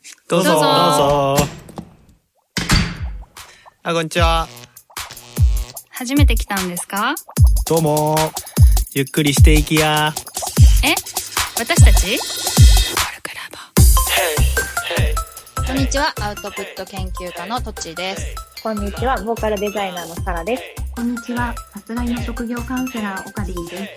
どうぞ。あ、こんにちは。 初めて来たんですか？ どうも。ゆっくりしていきや。 私たち？ こんにちは、アウトプット研究家のトッチーです。 こんにちは、ボーカルデザイナーのサラです。 こんにちは、さすらいの職業カウンセラーオカディです。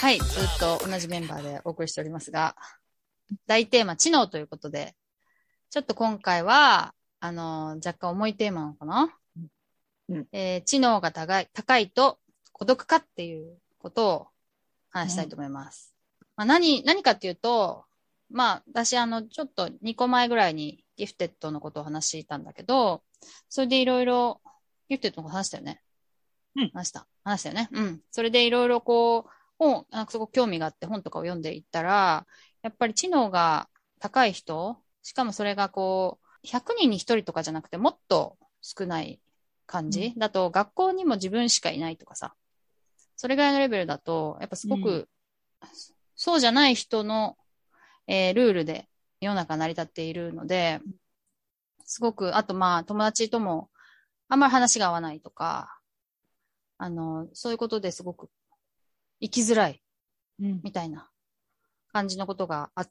はい、ずっと同じメンバーでお送りしておりますが、大テーマ知能ということで、ちょっと今回は若干重いテーマなのかな、知能が高いと孤独かっていうことを話したいと思います。何かっていうと、私ちょっと2個前ぐらいにギフテッドのことを話したんだけど、それでいろいろ、ギフテッドのこと話したよね。話したよね。それでいろいろすごく興味があって本とかを読んでいったら、やっぱり知能が高い人、しかもそれが100人に1人とかじゃなくてもっと少ない感じ、だと学校にも自分しかいないとかさ、それぐらいのレベルだと、やっぱすごく、そうじゃない人の、ルールで世の中成り立っているので、すごく、あと友達ともあんまり話が合わないとか、そういうことですごく生きづらい、みたいな感じのことがあって、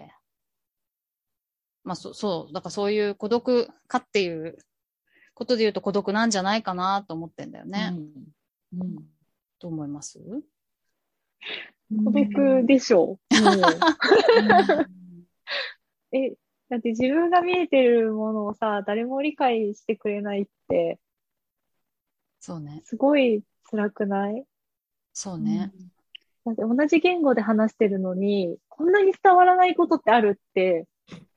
だからそういう孤独かっていうことで言うと孤独なんじゃないかなと思ってんだよね。どう思います？ 孤独でしょう。だって自分が見えてるものをさ、誰も理解してくれないって、 そうね。 すごい辛くない？ そうね。 だって同じ言語で話してるのに、こんなに伝わらないことってあるって、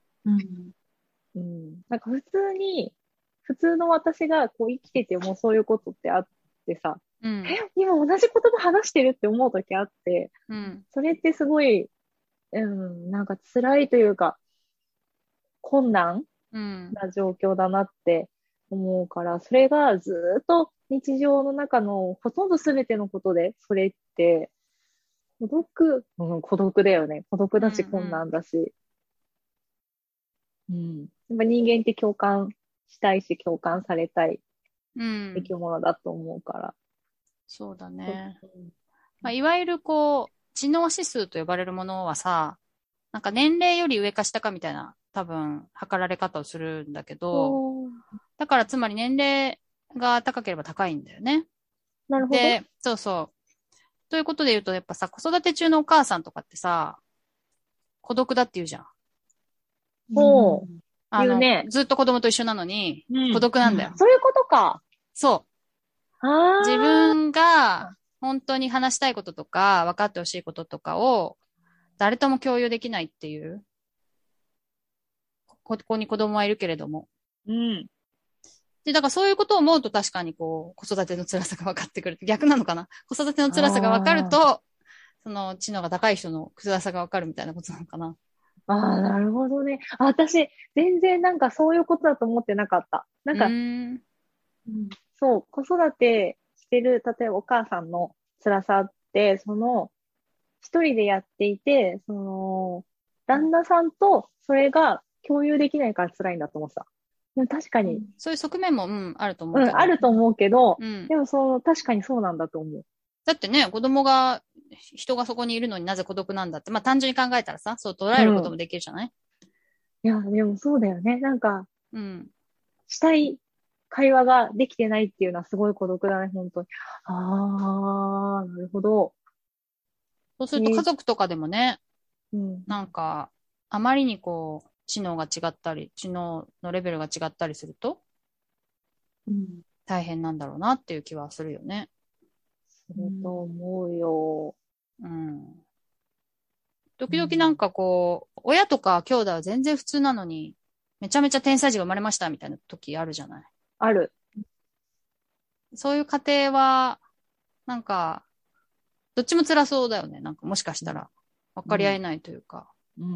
なんか普通の私が生きててもそういうことってあってさ、今同じ言葉話してるって思うときあって、それってすごい、なんか辛いというか、困難な状況だなって思うから、それがずっと日常の中のほとんど全てのことで、それって孤独だよね。孤独だし困難だし。やっぱ人間って共感したいし、共感されたい生き物だと思うから。 そうだね。いわゆる知能指数と呼ばれるものはさ、なんか年齢より上か下かみたいな多分測られ方をするんだけど、だからつまり年齢が高ければ高いんだよね。 なるほど。 で、そうそう。ということで言うとやっぱさ、子育て中のお母さんとかってさ、孤独だって言うじゃん。 言うね。 ずっと子供と一緒なのに、孤独なんだよ。 そういうことか。 そう。自分が本当に話したいこととか、分かってほしいこととかを、誰とも共有できないっていう。ここに子供はいるけれども。で、だからそういうことを思うと確かに子育ての辛さが分かってくる。逆なのかな？子育ての辛さが分かると、その知能が高い人の辛さが分かるみたいなことなのかな。 なるほどね。私、全然なんかそういうことだと思ってなかった。そう、子育てしてる、例えばお母さんの辛さって、一人でやっていて、旦那さんとそれが共有できないから辛いんだと思ってた。でも確かに。 そういう側面も、あると思うけど。 あると思うけど、でも確かにそうなんだと思う。 だってね、人がそこにいるのになぜ孤独なんだって、単純に考えたらさ、そう捉えることもできるじゃない？ いや、でもそうだよね。なんか、したい会話ができてないっていうのはすごい孤独だね、本当に。なるほど。 そうすると家族とかでもね、なんか、あまりに知能が違ったり、知能のレベルが違ったりすると、大変なんだろうなっていう気はするよね。 すると思うよ。 時々なんか親とか兄弟は全然普通なのに、めちゃめちゃ天才児が生まれましたみたいな時あるじゃない？ ある。 そういう家庭は、なんか、どっちも辛そうだよね。なんかもしかしたら、分かり合えないというか。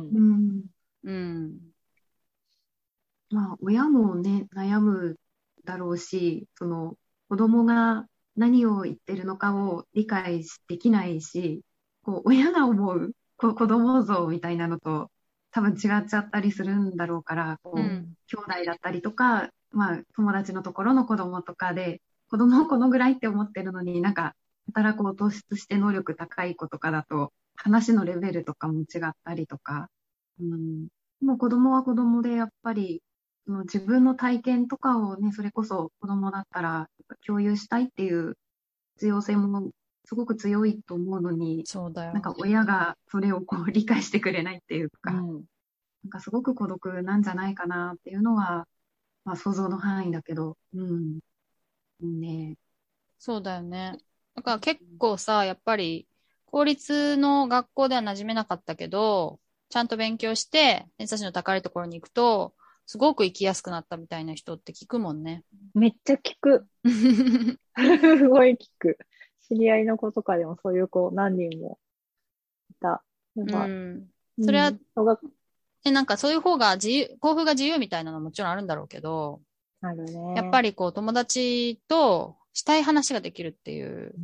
親もね、悩むだろうし、子供が何を言ってるのかを理解できないし、親が思う子供像みたいなのと多分違っちゃったりするんだろうから、こう、兄弟だったりとか、まあ、友達のところの子供とかで、子供をこのぐらいって思ってるのに、なんか、働く突出して能力高い子とかだと、話のレベルとかも違ったりとか、もう子供は子供で、やっぱり、その自分の体験とかをね、それこそ子供だったら共有したいっていう必要性もすごく強いと思うのに、 そうだよ。 なんか親がそれをこう理解してくれないっていうか、なんかすごく孤独なんじゃないかなっていうのは、まあ想像の範囲だけど、ね。 そうだよね。だから結構さ、やっぱり公立の学校では馴染めなかったけど、ちゃんと勉強して、偏差値の高いところに行くと、すごく生きやすくなったみたいな人って聞くもんね。 めっちゃ聞く。すごい聞く。知り合いの子とかでもそういう子何人もいた。 それは、なんかそういう方が交付が自由みたいなのはもちろんあるんだろうけど、 あるね。 やっぱりこう友達としたい話ができるっていう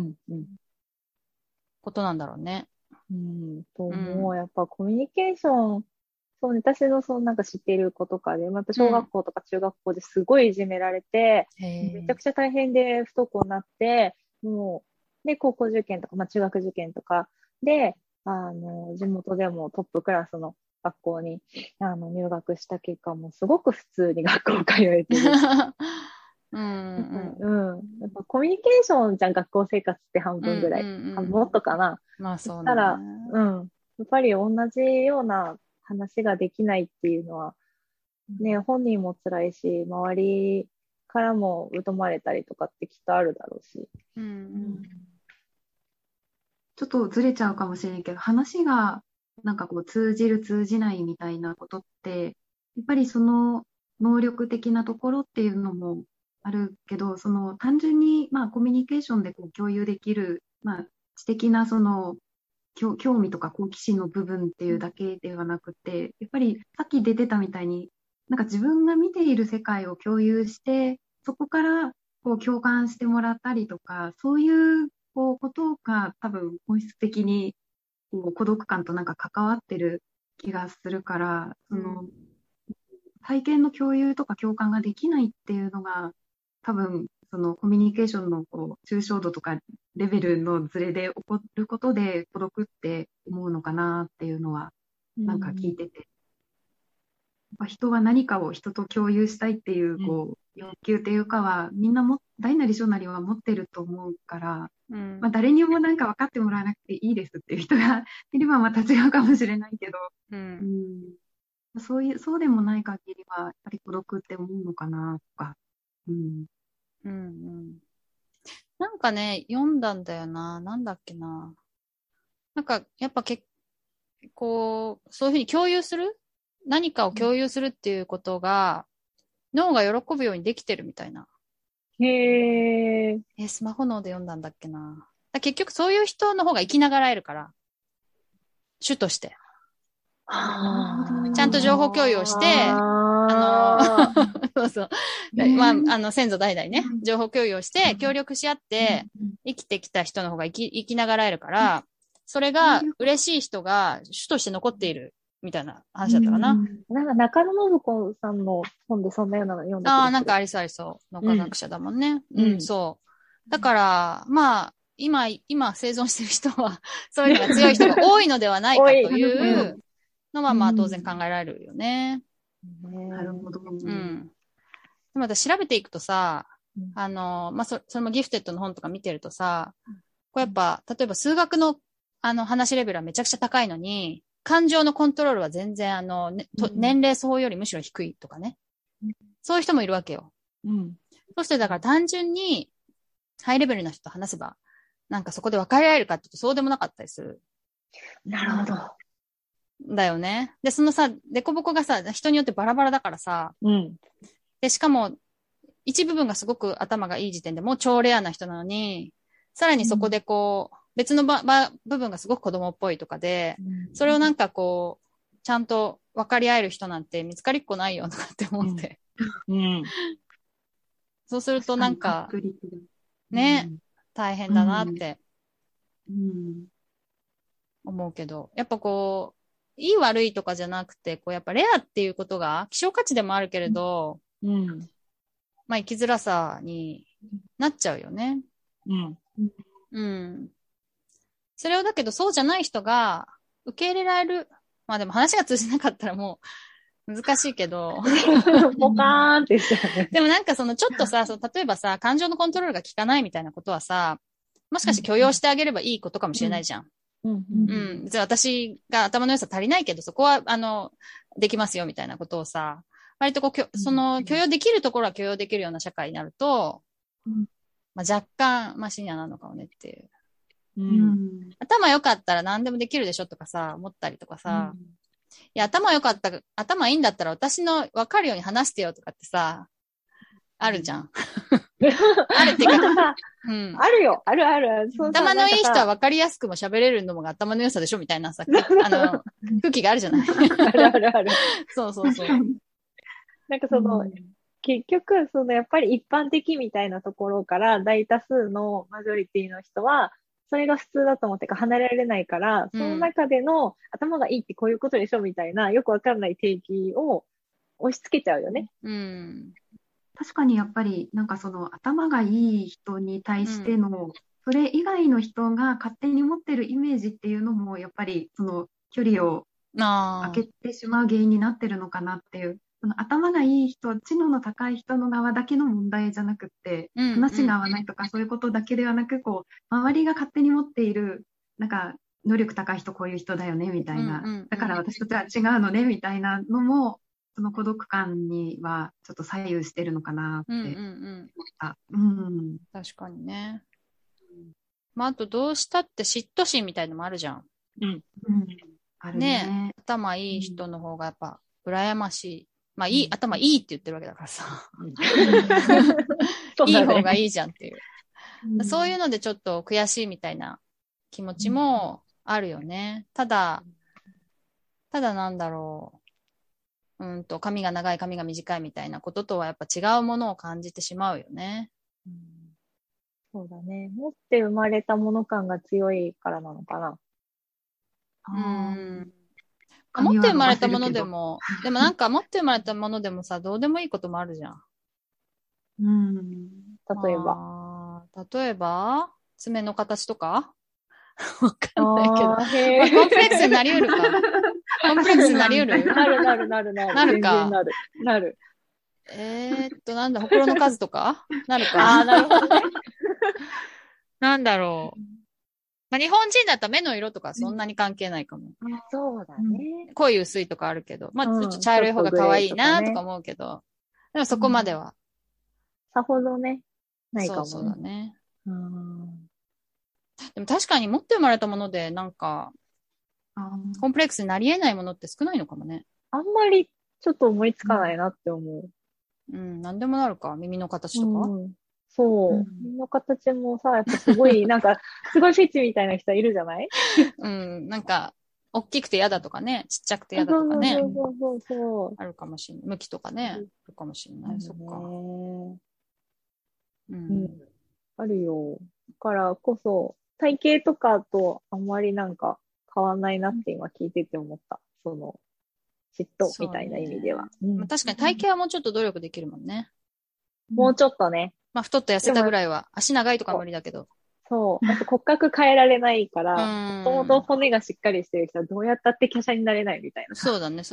ことなんだろうね。 と思う。やっぱコミュニケーション、そうね、私のなんか知っている子とかで、やっぱ小学校とか中学校ですごいいじめられて、めちゃくちゃ大変で不登校になって、もう、で、高校受験とか、中学受験とかで、地元でもトップクラスの学校に入学した結果もすごく普通に学校通えてる。やっぱコミュニケーションじゃん、学校生活って半分ぐらい。もっとかな。 まあそうね。 そしたら、やっぱり同じような話ができないっていうのは、ね、本人も辛いし、周りからも疎まれたりとかってきっとあるだろうし。 ちょっとずれちゃうかもしれないけど、話がなんかこう通じる通じないみたいなことって、やっぱりその能力的なところっていうのもあるけど、その単純にコミュニケーションでこう共有できる、知的なその興味とか好奇心の部分っていうだけではなくて、やっぱりさっき出てたみたいに、なんか自分が見ている世界を共有して、そこからこう共感してもらったりとか、そういうことが多分本質的に孤独感となんか関わってる気がするから、その体験の共有とか共感ができないっていうのが多分そのコミュニケーションの抽象度とかレベルのズレで起こることで孤独って思うのかなっていうのはなんか聞いてて、人は何かを人と共有したいっていう欲求っていうかはみんな大なり小なりは持ってると思うから、誰にもなんか分かってもらわなくていいですっていう人がいればまた違うかもしれないけど、そうでもない限りはやっぱり孤独って思うのかなとか。 なんかね、読んだんだよな。なんだっけな。なんか、やっぱそういうふうに共有する何かを共有するっていうことが、脳が喜ぶようにできてるみたいな。スマホ脳で読んだんだっけな。結局そういう人の方が生きながらえるから。主として。ちゃんと情報共有をして、そうそう。先祖代々ね、情報共有をして、協力し合って、生きてきた人の方が生きながらえるから、それが嬉しい人が主として残っている、みたいな話だったかな。 なんか中野信子さんの本でそんなようなの読んだ。 なんかありそうありそう。脳科学者だもんね。そう。だから、今生存してる人は、そういうのが強い人が多いのではないかというのは、当然考えられるよね。 なるほど。 でも私調べていくとさ、それもギフテッドの本とか見てるとさ、やっぱ、例えば数学の話レベルはめちゃくちゃ高いのに、感情のコントロールは全然年齢層よりむしろ低いとかね。そういう人もいるわけよ。そしてだから単純にハイレベルな人と話せば、なんかそこで分かり合えるかって言うとそうでもなかったりする。 なるほど。 だよね。で、そのさ、デコボコがさ、人によってバラバラだからさ、で、しかも、一部分がすごく頭がいい時点でもう超レアな人なのに、さらにそこで別の部分がすごく子供っぽいとかで、それをなんかちゃんと分かり合える人なんて見つかりっこないよとかって思って。そうするとなんか、ね、大変だなって思うけど、やっぱいい悪いとかじゃなくて、こうやっぱレアっていうことが希少価値でもあるけれど、 うん。 まあ生きづらさになっちゃうよね。 うん。 うん。それをだけどそうじゃない人が受け入れられる。まあでも話が通じなかったらもう難しいけど。 ポカーンってしちゃうね。 でもなんかそのちょっとさ、例えばさ、感情のコントロールが効かないみたいなことはさ、もしかして許容してあげればいいことかもしれないじゃん。別に私が頭の良さ足りないけど、そこは、できますよみたいなことをさ、割とこう、その許容できるところは許容できるような社会になると、まあ、若干マシにはなるのかもねっていう。頭良かったら何でもできるでしょとかさ、思ったりとかさ、いや、頭いいんだったら私の分かるように話してよとかってさ、あるじゃん。あるっていうか、 あるよ。ある。 頭のいい人は分かりやすくも喋れるのも頭の良さでしょみたいなさ、空気があるじゃない。 ある。 そう。 なんか結局、やっぱり一般的みたいなところから大多数のマジョリティの人は、それが普通だと思ってか離れられないから、その中での頭がいいってこういうことでしょみたいな、よくわかんない定義を押し付けちゃうよね。 確かにやっぱりなんか頭がいい人に対しての、それ以外の人が勝手に持ってるイメージっていうのもやっぱり距離を空けてしまう原因になってるのかなっていう、頭がいい人、知能の高い人の側だけの問題じゃなくって、話が合わないとかそういうことだけではなく、周りが勝手に持っているなんか能力高い人こういう人だよねみたいな、だから私たちは違うのねみたいなのもその孤独感にはちょっと左右してるのかなって思った。 確かにね。まあ、あとどうしたって嫉妬心みたいのもあるじゃん。 あるね。 頭いい人の方がやっぱ羨ましい。まあ頭いいって言ってるわけだからさ。いい方がいいじゃんっていう。そういうのでちょっと悔しいみたいな気持ちもあるよね。ただなんだろう。髪が長い、髪が短いみたいなこととはやっぱ違うものを感じてしまうよね。 そうだね。持って生まれたもの感が強いからなのかな。 持って生まれたものでも、でもなんか持って生まれたものでもさ、どうでもいいこともあるじゃん。例えば、爪の形とかわかんないけど。コンプレックスになりうるか。コンプレックスになりうる？ なる。 なるか。 なる。 なんだ、ほくろの数とかなるか。 なるほどね。 なんだろう。まあ、日本人だったら目の色とかそんなに関係ないかも。 そうだね。 濃い薄いとかあるけど、まあ、ちょっと茶色い方が可愛いなとか思うけど、でもそこまでは。 さほどね、ないかも。 そうだね。でも確かに持って生まれたもので、なんか、コンプレックスになり得ないものって少ないのかもね。 あんまりちょっと思いつかないなって思う。なんでもなるか、耳の形とか。 そう。耳の形もさ、やっぱすごい、なんか、すごいフェチみたいな人いるじゃない？ なんか、大きくて嫌だとかね、ちっちゃくて嫌だとかね。 そう。 あるかもしれない。向きとかね、あるかもしれない。そっか。 あるよ。だからこそ、体型とかとあんまりなんか変わんないなって今聞いてて思った。嫉妬みたいな意味では。 確かに体型はもうちょっと努力できるもんね。 もうちょっとね。 まあ太って痩せたぐらいは、足長いとか無理だけど。 そう。あと骨格変えられないから、もともと骨がしっかりしてる人はどうやったって華奢になれないみたいな。 そうだね。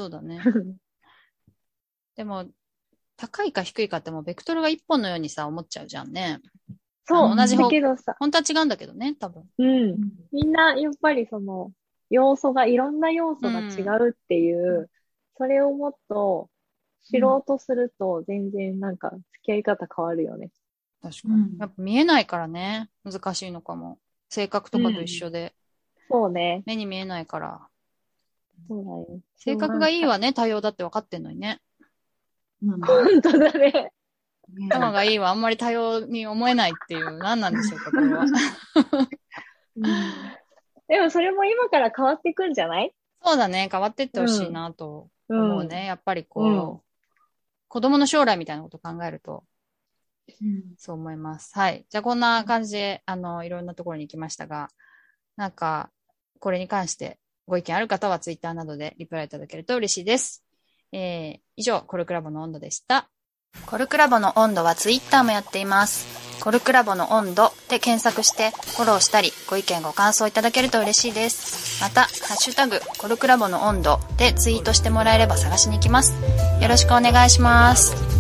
でも、高いか低いかってもうベクトルが一本のようにさ、思っちゃうじゃんね。 そう。 同じ方だけどさ。 本当は違うんだけどね、多分。 みんな、やっぱりいろんな要素が違うっていう、それをもっと知ろうとすると、全然なんか付き合い方変わるよね。 確かに。やっぱ見えないからね、難しいのかも。性格とかと一緒で。 そうね。 目に見えないから。 そうだよ。 性格がいいわね、多様だって分かってんのにね。 本当だね。 頭がいいわ、あんまり多様に思えないっていう、何なんでしょうか、これは。 でもそれも今から変わっていくんじゃない？ そうだね、変わっていってほしいなと思うね。やっぱり子供の将来みたいなことを考えると、そう思います。はい。じゃあこんな感じで、いろんなところに行きましたが、なんか、これに関してご意見ある方はツイッターなどでリプライいただけると嬉しいです。以上、コルクラボの温度でした。 コルクラボの温度はツイッターもやっています。コルクラボの温度で検索してフォローしたり、ご意見ご感想いただけると嬉しいです。また、ハッシュタグコルクラボの温度でツイートしてもらえれば探しに行きます。よろしくお願いします。